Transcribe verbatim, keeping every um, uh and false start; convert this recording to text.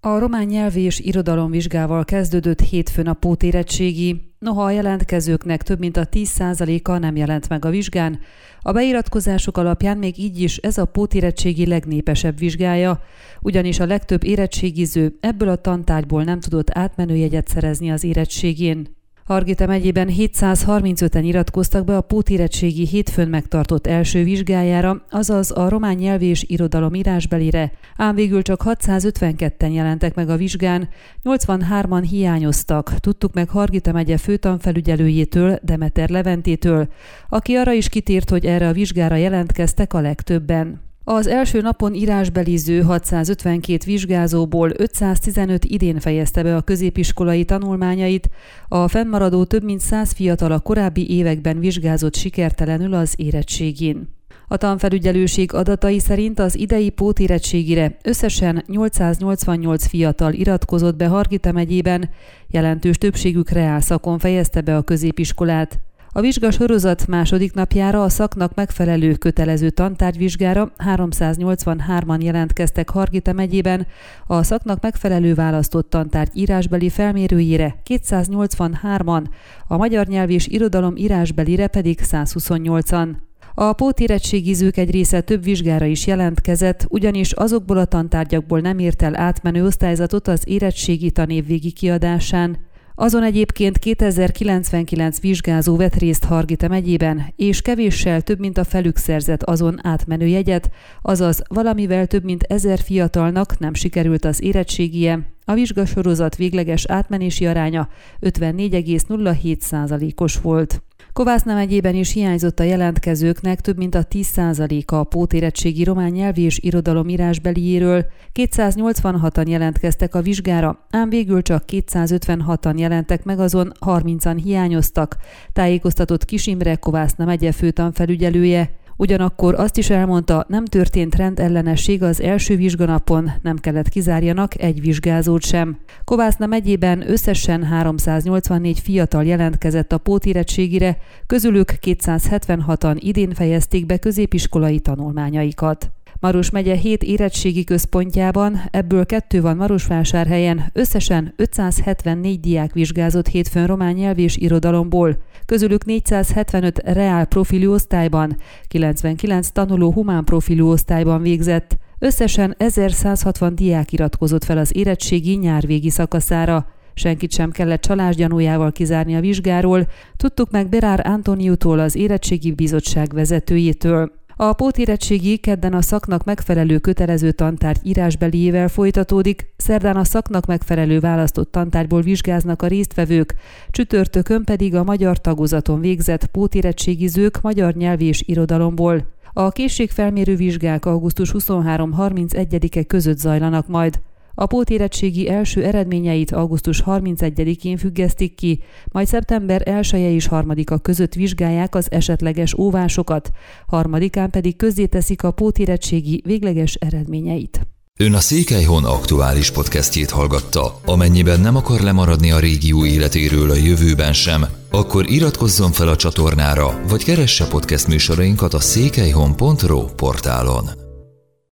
A román nyelvi és irodalomvizsgával kezdődött hétfőn a pótérettségi, noha a jelentkezőknek több mint a tíz százaléka nem jelent meg a vizsgán, a beiratkozások alapján még így is ez a pótérettségi legnépesebb vizsgája, ugyanis a legtöbb érettségiző ebből a tantárgyból nem tudott átmenőjegyet szerezni az érettségén. Hargita megyében hétszázharmincöten iratkoztak be a pótérettségi hétfőn megtartott első vizsgájára, azaz a román nyelvi és irodalom írásbelire, ám végül csak hatszázötvenketten jelentek meg a vizsgán, nyolcvanhárman hiányoztak, tudtuk meg Hargita megye főtanfelügyelőjétől, Demeter Leventétől, aki arra is kitért, hogy erre a vizsgára jelentkeztek a legtöbben. Az első napon írásbeliző hatszázötvenkét vizsgázóból ötszáztizenöt idén fejezte be a középiskolai tanulmányait, a fennmaradó több mint száz fiatal a korábbi években vizsgázott sikertelenül az érettségén. A tanfelügyelőség adatai szerint az idei pótérettségire összesen nyolcszáznyolcvannyolc fiatal iratkozott be Hargita megyében, jelentős többségük reálszakon fejezte be a középiskolát. A vizsgasorozat második napjára a szaknak megfelelő kötelező tantárgyvizsgára háromszáznyolcvanhárman jelentkeztek Hargita megyében, a szaknak megfelelő választott tantárgy írásbeli felmérőjére kétszáznyolcvanhárman, a magyar nyelv és irodalom írásbelire pedig százhuszonnyolcan. A pótérettségizők egy része több vizsgára is jelentkezett, ugyanis azokból a tantárgyakból nem ért el átmenő osztályzatot az érettségi tanévvégi kiadásán. Azon egyébként kétezer-kilencvenkilenc vizsgázó vett részt Hargita megyében, és kevéssel több mint a felük szerzett azon átmenő jegyet, azaz valamivel több mint ezer fiatalnak nem sikerült az érettségie. A vizsgasorozat végleges átmenési aránya ötvennégy egész nulla hét százalékos volt. Kovászna megyében is hiányzott a jelentkezőknek több mint a tíz százaléka a pótérettségi román nyelvi és irodalom írásbeliéről, kétszáznyolcvanhatan jelentkeztek a vizsgára, ám végül csak kétszázötvenhatan jelentek meg, azon harmincan hiányoztak, tájékoztatott Kis Imre, Kovászna megye főtanfelügyelője. Ugyanakkor azt is elmondta, nem történt rendellenesség az első vizsganapon, nem kellett kizárjanak egy vizsgázót sem. Kovászna megyében összesen háromszáznyolcvannégy fiatal jelentkezett a pótérettségire, közülük kétszázhetvenhatan idén fejezték be középiskolai tanulmányaikat. Maros megye hét érettségi központjában, ebből kettő van Marosvásárhelyen, összesen ötszázhetvennégy diák vizsgázott hétfőn román nyelv és irodalomból, közülük négyszázhetvenöt reál profilú osztályban, kilencvenkilenc tanuló humán profilú osztályban végzett. Összesen ezerszázhatvan diák iratkozott fel az érettségi nyárvégi szakaszára. Senkit sem kellett csalás gyanújával kizárni a vizsgáról, tudtuk meg Berár Antoniútól, az érettségi bizottság vezetőjétől. A pótérettségi kedden a szaknak megfelelő kötelező tantárgy írásbeliével folytatódik, szerdán a szaknak megfelelő választott tantárgyból vizsgáznak a résztvevők, csütörtökön pedig a magyar tagozaton végzett pótérettségizők magyar nyelv és irodalomból. A készségfelmérő vizsgák augusztus huszonhárom-harmincegyedike között zajlanak majd. A pótérettségi első eredményeit augusztus harmincegyedikén függesztik ki, majd szeptember elseje és harmadika között vizsgálják az esetleges óvásokat, harmadikán pedig közzéteszik a pótérettségi végleges eredményeit. Ön a Székelyhon aktuális podcastjét hallgatta. Amennyiben nem akar lemaradni a régió életéről a jövőben sem, akkor iratkozzon fel a csatornára, vagy keresse podcast műsorainkat a székelyhon pont ro portálon.